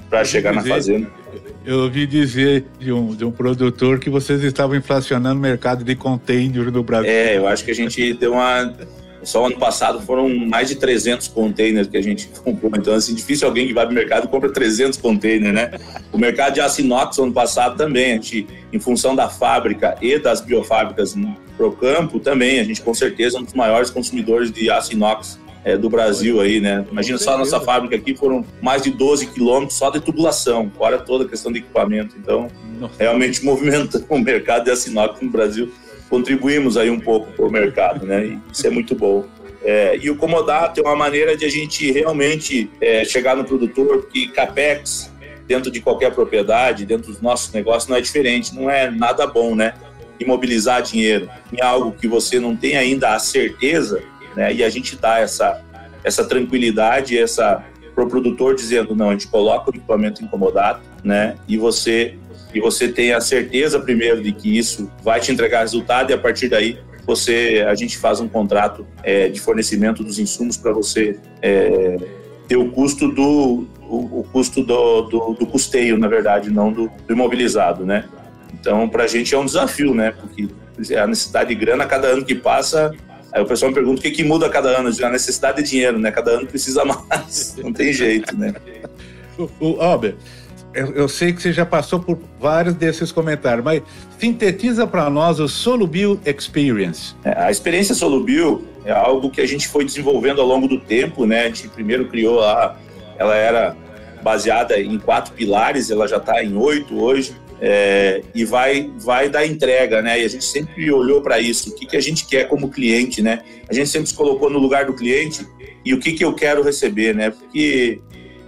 [SPEAKER 3] para chegar dizer, na fazenda.
[SPEAKER 2] Eu ouvi dizer de um, de um produtor que vocês estavam inflacionando o mercado de container no Brasil.
[SPEAKER 3] É, eu acho que a gente deu uma... Só ano passado foram mais de trezentos containers que a gente comprou. Então, assim, difícil alguém que vai para o mercado e compra trezentos containers, né? O mercado de aço inox ano passado também, a gente, em função da fábrica e das biofábricas pro campo, também, a gente com certeza é um dos maiores consumidores de aço inox é, do Brasil aí, né? Imagina só a nossa fábrica aqui, foram mais de doze quilômetros só de tubulação, fora toda a questão de equipamento. Então, realmente movimentando o mercado de aço inox no Brasil. Contribuímos aí um pouco para o mercado, né? E isso é muito bom. É, e o comodato é uma maneira de a gente realmente é, chegar no produtor, porque capex dentro de qualquer propriedade, dentro dos nossos negócios, não é diferente, não é nada bom, né? Imobilizar dinheiro em algo que você não tem ainda a certeza, né? E a gente dá essa, essa tranquilidade, essa para o produtor dizendo, não, a gente coloca o equipamento em comodato, né? E você... e você tem a certeza primeiro de que isso vai te entregar resultado e a partir daí você, a gente faz um contrato é, de fornecimento dos insumos para você é, ter o custo do o, o custo do, do, do custeio, na verdade, não do, do imobilizado, né? Então, para a gente é um desafio, né? Porque a necessidade de grana, cada ano que passa, aí o pessoal me pergunta o que, que muda a cada ano. A necessidade de dinheiro, né? Cada ano precisa mais, não tem jeito, né?
[SPEAKER 2] O, o Albert, Eu, eu sei que você já passou por vários desses comentários, mas sintetiza para nós o Solubil Experience.
[SPEAKER 3] A experiência Solubil é algo que a gente foi desenvolvendo ao longo do tempo, né? A gente primeiro criou lá, ela era baseada em quatro pilares, ela já está em oito hoje, é, e vai, vai dar entrega, né? E a gente sempre olhou para isso, o que, que a gente quer como cliente, né? A gente sempre se colocou no lugar do cliente e o que, que eu quero receber, né? Porque...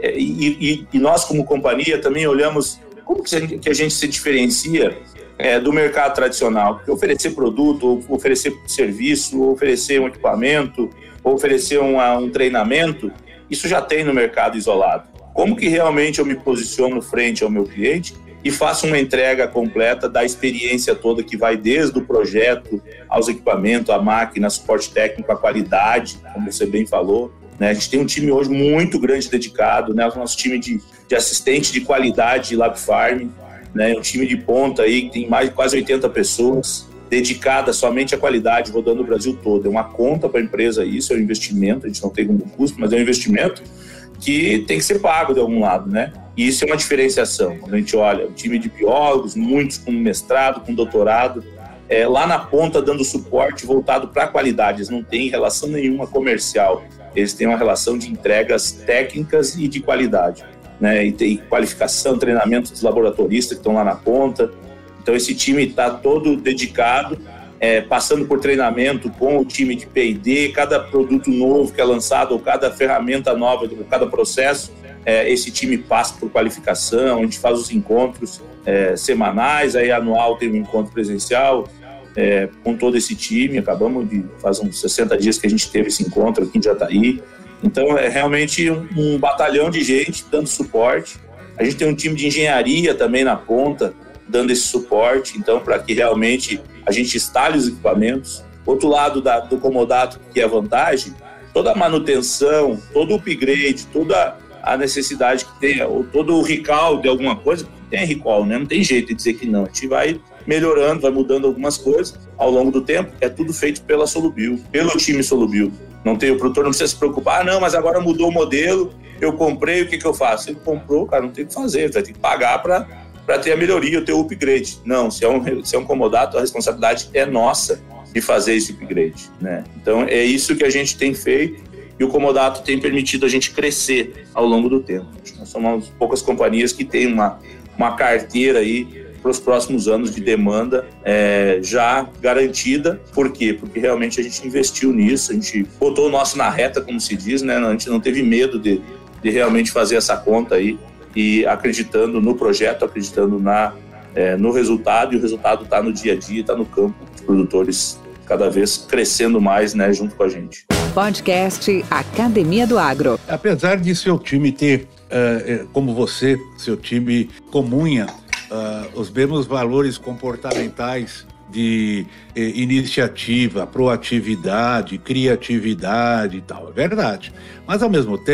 [SPEAKER 3] E, e, e nós, como companhia, também olhamos como que a gente, que a gente se diferencia é, do mercado tradicional. Porque oferecer produto, ou oferecer serviço, ou oferecer um equipamento, ou oferecer um, um treinamento, isso já tem no mercado isolado. Como que realmente eu me posiciono frente ao meu cliente e faço uma entrega completa da experiência toda que vai desde o projeto aos equipamentos, a máquina, suporte técnico, a qualidade, como você bem falou. Né? A gente tem um time hoje muito grande dedicado, né? O nosso time de, de assistente de qualidade de Lab Farm, né? Um time de ponta aí que tem mais de quase oitenta pessoas dedicadas somente à qualidade, rodando o Brasil todo. É uma conta para a empresa isso, é um investimento, a gente não tem como custo, mas é um investimento que tem que ser pago de algum lado, né? E isso é uma diferenciação. Quando a gente olha o time de biólogos, muitos com mestrado, com doutorado, é, lá na ponta dando suporte voltado para a qualidade, eles não têm relação nenhuma comercial. Eles têm uma relação de entregas técnicas e de qualidade, né? E tem qualificação, treinamento dos laboratoristas que estão lá na ponta. Então, esse time está todo dedicado, é, passando por treinamento com o time de P e D, cada produto novo que é lançado, ou cada ferramenta nova, ou cada processo, é, esse time passa por qualificação, a gente faz os encontros é, semanais, aí anual tem um encontro presencial, É, com todo esse time. Acabamos de faz uns sessenta dias que a gente teve esse encontro aqui em Jataí. Então é realmente um, um batalhão de gente dando suporte. A gente tem um time de engenharia também na ponta dando esse suporte, então para que realmente a gente instale os equipamentos. Outro lado da, do comodato, que é a vantagem, toda a manutenção, todo o upgrade, toda a necessidade que tenha, ou todo o recall de alguma coisa, tem recall, né? Não tem jeito de dizer que não. A gente vai melhorando, vai mudando algumas coisas ao longo do tempo. É tudo feito pela Solubil, pelo time Solubil. Não tem, o produtor não precisa se preocupar, ah, não, mas agora mudou o modelo, eu comprei, o que, que eu faço? Ele comprou, cara, não tem o que fazer, vai ter que pagar para ter a melhoria, ter o upgrade. Não, se é, um, se é um comodato, a responsabilidade é nossa de fazer esse upgrade, né? Então é isso que a gente tem feito e o comodato tem permitido a gente crescer ao longo do tempo. Nós somos uma das poucas companhias que tem uma, uma carteira aí para os próximos anos de demanda é, já garantida. Por quê? Porque realmente a gente investiu nisso, a gente botou o nosso na reta, como se diz, né? A gente não teve medo de, de realmente fazer essa conta aí e acreditando no projeto, acreditando na, é, no resultado, e o resultado está no dia a dia, está no campo, os produtores cada vez crescendo mais, né, junto com a gente.
[SPEAKER 1] Podcast Academia do Agro.
[SPEAKER 2] Apesar de seu time ter, uh, como você, seu time comunha Uh, os mesmos valores comportamentais de eh, iniciativa, proatividade, criatividade e tal, é verdade. Mas, ao mesmo tempo,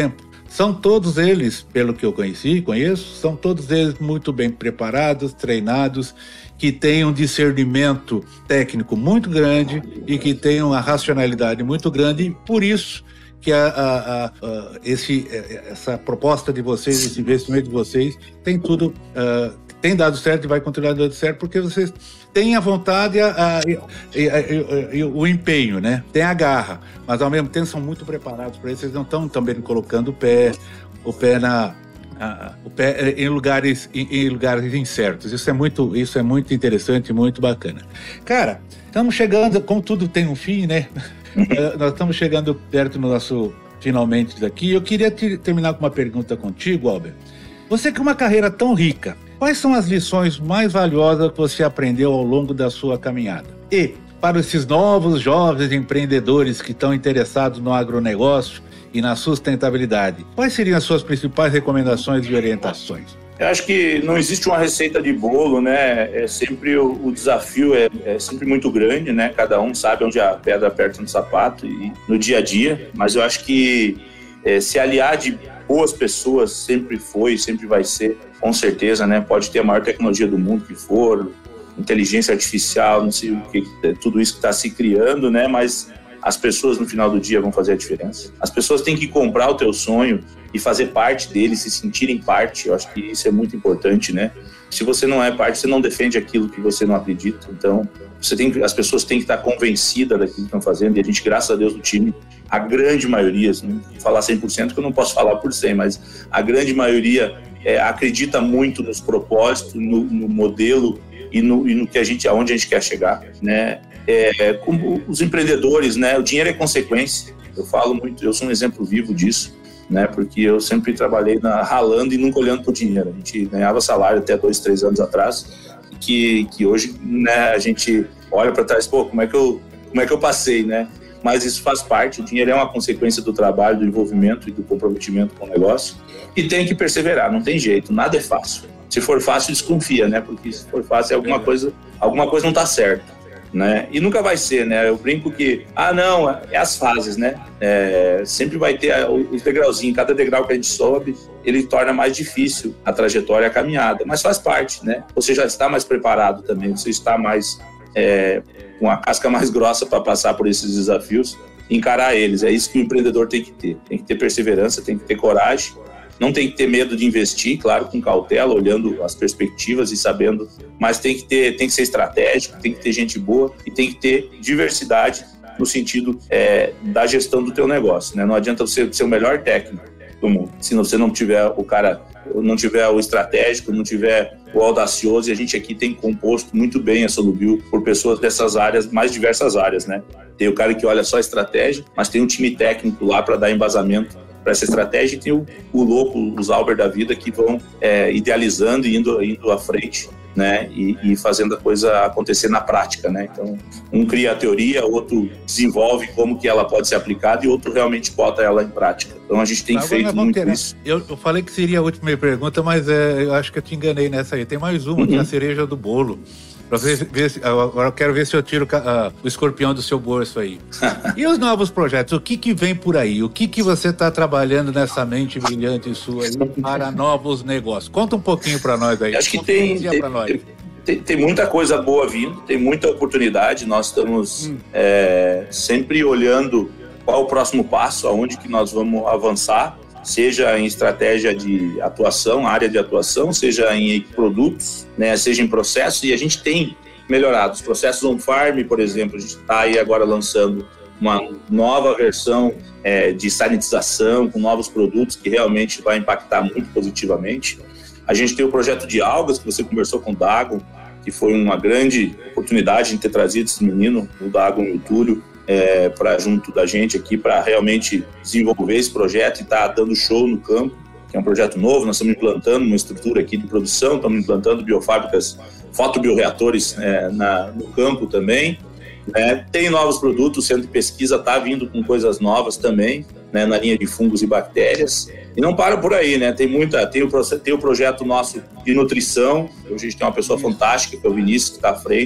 [SPEAKER 2] são todos eles, pelo que eu conheci, conheço, são todos eles muito bem preparados, treinados, que têm um discernimento técnico muito grande e que têm uma racionalidade muito grande, e por isso que a, a, a, esse, essa proposta de vocês, esse investimento de vocês, tem tudo, uh, tem dado certo e vai continuar dando certo, porque vocês têm a vontade e o empenho, né? Tem a garra, mas ao mesmo tempo são muito preparados para isso, vocês não estão também colocando o pé, o pé na... Uh, o pé em lugares, em, em lugares incertos. Isso é muito, isso é muito interessante, muito bacana. Cara, estamos chegando, como tudo tem um fim, né? uh, nós estamos chegando perto do nosso finalmente daqui. Eu queria te, terminar com uma pergunta contigo, Albert. Você com uma carreira tão rica, quais são as lições mais valiosas que você aprendeu ao longo da sua caminhada? E, para esses novos jovens empreendedores que estão interessados no agronegócio e na sustentabilidade, quais seriam as suas principais recomendações e orientações?
[SPEAKER 3] Eu acho que não existe uma receita de bolo, né? É sempre o, o desafio é, é sempre muito grande, né? Cada um sabe onde a pedra aperta no sapato e no dia a dia, mas eu acho que é, se aliar de boas pessoas sempre foi, sempre vai ser, com certeza, né? Pode ter a maior tecnologia do mundo que for, inteligência artificial, não sei o que, tudo isso que está se criando, né? Mas as pessoas no final do dia vão fazer a diferença. As pessoas têm que comprar o teu sonho e fazer parte dele, se sentirem parte. Eu acho que isso é muito importante, né? Se você não é parte, você não defende aquilo que você não acredita. Então, você tem que, as pessoas têm que estar convencidas daquilo que estão fazendo. E a gente, graças a Deus, do time, a grande maioria, não vou falar cem por cento, que eu não posso falar por cem, mas a grande maioria é, acredita muito nos propósitos, no, no modelo e no, e no que a gente, aonde a gente quer chegar, né? É, como os empreendedores, né? O dinheiro é consequência. Eu falo muito, eu sou um exemplo vivo disso, né? Porque eu sempre trabalhei na, ralando e nunca olhando para o dinheiro. A gente ganhava salário até dois, três anos atrás, que, que hoje, né, a gente olha para trás, pô, como é que eu, como é que eu passei, né? Mas isso faz parte, o dinheiro é uma consequência do trabalho, do envolvimento e do comprometimento com o negócio, e tem que perseverar, não tem jeito, nada é fácil. Se for fácil, desconfia, né? Porque se for fácil, alguma coisa, alguma coisa não está certa. Né? E nunca vai ser, né? Eu brinco que, ah, não, é as fases, né? É, sempre vai ter os degrauzinhos, cada degrau que a gente sobe, ele torna mais difícil a trajetória, a caminhada, mas faz parte, né? Você já está mais preparado também, você está mais é, com a casca mais grossa para passar por esses desafios, encarar eles. É isso que o empreendedor tem que ter, tem que ter perseverança, tem que ter coragem. Não tem que ter medo de investir, claro, com cautela, olhando as perspectivas e sabendo, mas tem que ter, tem que ser estratégico, tem que ter gente boa e tem que ter diversidade no sentido é, da gestão do teu negócio, né? Não adianta você ser o melhor técnico do mundo, se você não tiver o cara, não tiver o estratégico, não tiver o audacioso, e a gente aqui tem composto muito bem a Solubil por pessoas dessas áreas, mais diversas áreas, né? Tem o cara que olha só a estratégia, mas tem um time técnico lá para dar embasamento para essa estratégia, e tem o, o louco, os Albert da vida, que vão é, idealizando e indo, indo à frente, né? E, e fazendo a coisa acontecer na prática, né? Então, um cria a teoria, outro desenvolve como que ela pode ser aplicada e outro realmente bota ela em prática. Então, a gente tem Agora feito muito ter, isso.
[SPEAKER 2] Eu, eu falei que seria a última pergunta, mas é, eu acho que eu te enganei nessa aí. Tem mais uma, uhum. que é a cereja do bolo. Pra ver, ver se, agora eu quero ver se eu tiro uh, o escorpião do seu bolso aí. E os novos projetos? O que que vem por aí? O que que você está trabalhando nessa mente brilhante sua aí para novos negócios? Conta um pouquinho para nós aí.
[SPEAKER 3] Acho que tem, tem, tem, tem, tem muita coisa boa vindo, tem muita oportunidade. Nós estamos hum. é, sempre olhando qual o próximo passo, aonde que nós vamos avançar, seja em estratégia de atuação, área de atuação, seja em produtos, né, seja em processos, e a gente tem melhorado. Os processos on-farm, por exemplo, a gente está aí agora lançando uma nova versão é, de sanitização, com novos produtos que realmente vai impactar muito positivamente. A gente tem o projeto de algas, que você conversou com o Dago, que foi uma grande oportunidade de ter trazido esse menino, o Dago e o Túlio, É, para junto da gente aqui, para realmente desenvolver esse projeto e estar tá dando show no campo, que é um projeto novo. Nós estamos implantando uma estrutura aqui de produção, estamos implantando biofábricas, fotobioreatores é, na, no campo também. É, tem novos produtos, o Centro de Pesquisa está vindo com coisas novas também, né, na linha de fungos e bactérias. E não para por aí, né? Tem, muita, tem, o, tem o projeto nosso de nutrição. Hoje a gente tem uma pessoa fantástica, que é o Vinícius, que está à frente.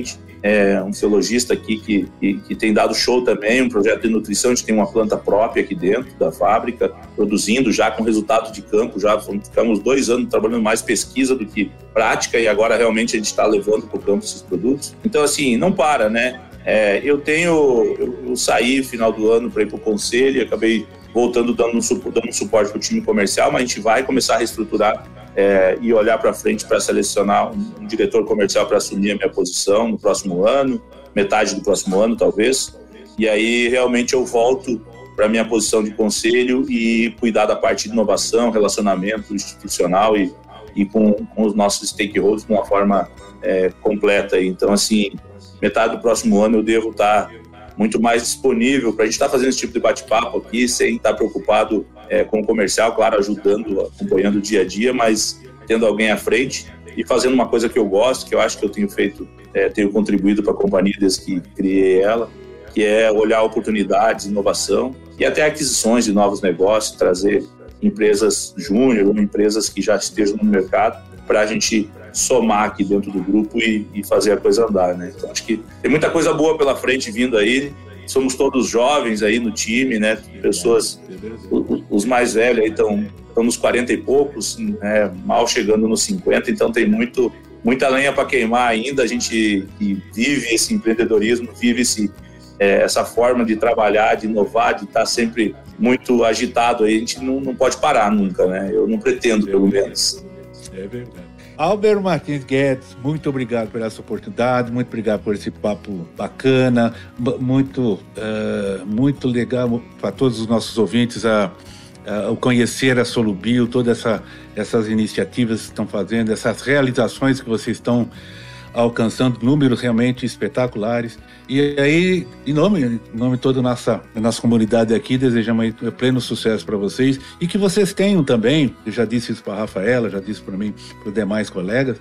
[SPEAKER 3] é, um fiologista aqui que, que, que tem dado show também, um projeto de nutrição. A gente tem uma planta própria aqui dentro da fábrica, produzindo já com resultado de campo. Já ficamos dois anos trabalhando mais pesquisa do que prática, e agora realmente a gente está levando para o campo esses produtos. Então, assim, não para, né? É, eu tenho, eu, eu saí no final do ano para ir para o conselho e acabei voltando dando um, dando um suporte para o time comercial, mas a gente vai começar a reestruturar é, e olhar para frente para selecionar um, um diretor comercial para assumir a minha posição no próximo ano, metade do próximo ano talvez, e aí realmente eu volto para a minha posição de conselho e cuidar da parte de inovação, relacionamento institucional e, e com, com os nossos stakeholders de uma forma é, completa. Então, assim, metade do próximo ano eu devo estar muito mais disponível para a gente estar fazendo esse tipo de bate-papo aqui, sem estar preocupado é, com o comercial, claro, ajudando, acompanhando o dia a dia, mas tendo alguém à frente e fazendo uma coisa que eu gosto, que eu acho que eu tenho feito, é, tenho contribuído para a companhia desde que criei ela, que é olhar oportunidades, inovação e até aquisições de novos negócios, trazer empresas júnior ou empresas que já estejam no mercado para a gente somar aqui dentro do grupo e, e fazer a coisa andar, né? Então, acho que tem muita coisa boa pela frente vindo aí. Somos todos jovens aí no time, né? Pessoas, os, os mais velhos aí estão nos quarenta e poucos, né? Mal chegando nos cinquenta, então tem muito, muita lenha para queimar ainda. A gente que vive esse empreendedorismo, vive esse, é, essa forma de trabalhar, de inovar, de estar sempre muito agitado aí. A gente não, não pode parar nunca, né? Eu não pretendo, pelo menos.
[SPEAKER 2] É verdade. Albert Martins Guedes, muito obrigado por essa oportunidade, muito obrigado por esse papo bacana, muito, uh, muito legal para todos os nossos ouvintes a, a conhecer a Solubio, todas essa, essas iniciativas que estão fazendo, essas realizações que vocês estão alcançando, números realmente espetaculares. E aí, em nome, em nome de toda a nossa, a nossa comunidade aqui, desejamos aí pleno sucesso para vocês e que vocês tenham também, eu já disse isso para a Rafaela, já disse para mim, para os demais colegas,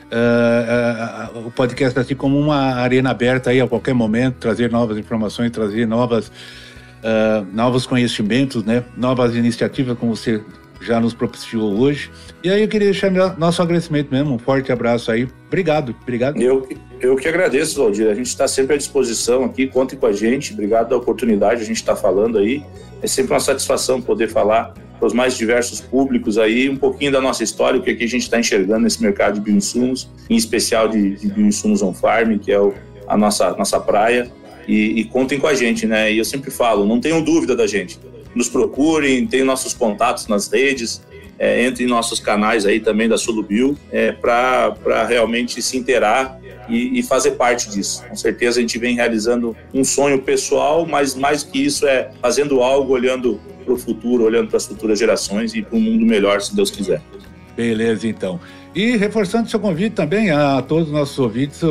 [SPEAKER 2] uh, uh, uh, o podcast assim como uma arena aberta aí a qualquer momento, trazer novas informações, trazer novas, uh, novos conhecimentos, né? Novas iniciativas, como você já nos propiciou hoje. E aí eu queria deixar nosso agradecimento mesmo, um forte abraço aí. Obrigado, obrigado.
[SPEAKER 3] Eu, eu que agradeço, Valdir. A gente está sempre à disposição aqui, contem com a gente. Obrigado pela oportunidade, a gente está falando aí. É sempre uma satisfação poder falar para os mais diversos públicos aí, um pouquinho da nossa história, o que, é que a gente está enxergando nesse mercado de bioinsumos, em especial de, de bioinsumos on farm, que é o, a nossa, nossa praia. E, e contem com a gente, né? E eu sempre falo, não tenham dúvida da gente. Nos procurem, tem nossos contatos nas redes, é, entre em nossos canais aí também da Solubio, é, para realmente se inteirar e, e fazer parte disso. Com certeza a gente vem realizando um sonho pessoal, mas mais que isso é fazendo algo, olhando para o futuro, olhando para as futuras gerações e para um mundo melhor, se Deus quiser.
[SPEAKER 2] Beleza, então. E reforçando o seu convite também a todos os nossos ouvintes,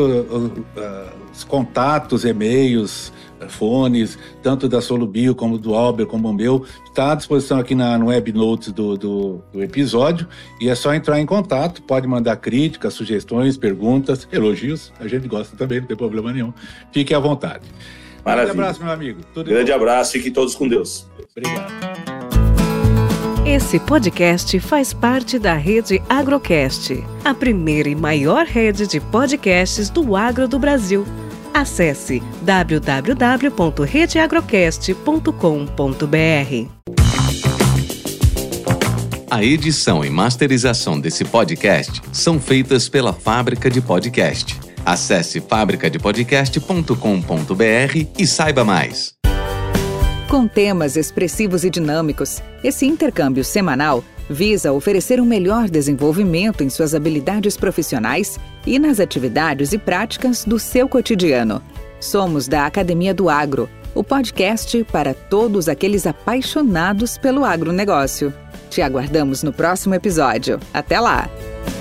[SPEAKER 2] os contatos, e-mails, fones, tanto da Solubio como do Albert, como o meu, está à disposição aqui na, no web notes do, do, do episódio, e é só entrar em contato, pode mandar críticas, sugestões, perguntas, elogios, a gente gosta também, não tem problema nenhum. Fique à vontade.
[SPEAKER 3] Maravilha.
[SPEAKER 2] Um grande abraço, meu amigo.
[SPEAKER 3] Tudo grande abraço, fiquem todos com Deus.
[SPEAKER 2] Obrigado.
[SPEAKER 4] Esse podcast faz parte da rede Agrocast, a primeira e maior rede de podcasts do agro do Brasil. Acesse w w w ponto rede agrocast ponto com ponto b r.
[SPEAKER 5] A edição e masterização desse podcast são feitas pela Fábrica de Podcast. Acesse fábrica de podcast ponto com ponto b r e saiba mais.
[SPEAKER 1] Com temas expressivos e dinâmicos, esse intercâmbio semanal visa oferecer um melhor desenvolvimento em suas habilidades profissionais e nas atividades e práticas do seu cotidiano. Somos da Academia do Agro, o podcast para todos aqueles apaixonados pelo agronegócio. Te aguardamos no próximo episódio. Até lá!